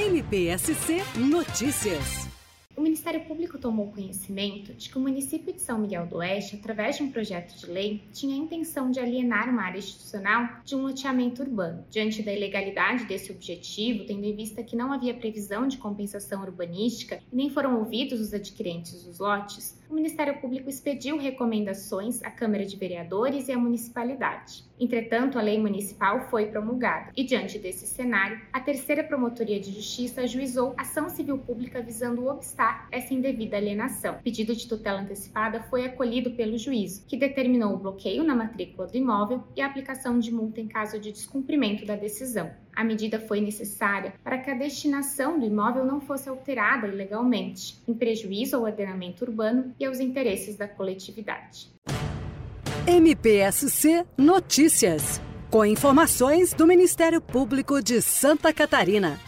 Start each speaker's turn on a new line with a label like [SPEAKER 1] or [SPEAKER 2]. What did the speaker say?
[SPEAKER 1] MPSC Notícias.
[SPEAKER 2] O Ministério Público tomou conhecimento de que o município de São Miguel do Oeste, através de um projeto de lei, tinha a intenção de alienar uma área institucional de um loteamento urbano. Diante da ilegalidade desse objetivo, tendo em vista que não havia previsão de compensação urbanística e nem foram ouvidos os adquirentes dos lotes, o Ministério Público expediu recomendações à Câmara de Vereadores e à municipalidade. Entretanto, a lei municipal foi promulgada e, diante desse cenário, a Terceira Promotoria de Justiça ajuizou ação civil pública visando obstar essa indevida alienação. O pedido de tutela antecipada foi acolhido pelo juízo, que determinou o bloqueio na matrícula do imóvel e a aplicação de multa em caso de descumprimento da decisão. A medida foi necessária para que a destinação do imóvel não fosse alterada ilegalmente, em prejuízo ao ordenamento urbano e aos interesses da coletividade.
[SPEAKER 1] MPSC Notícias, com informações do Ministério Público de Santa Catarina.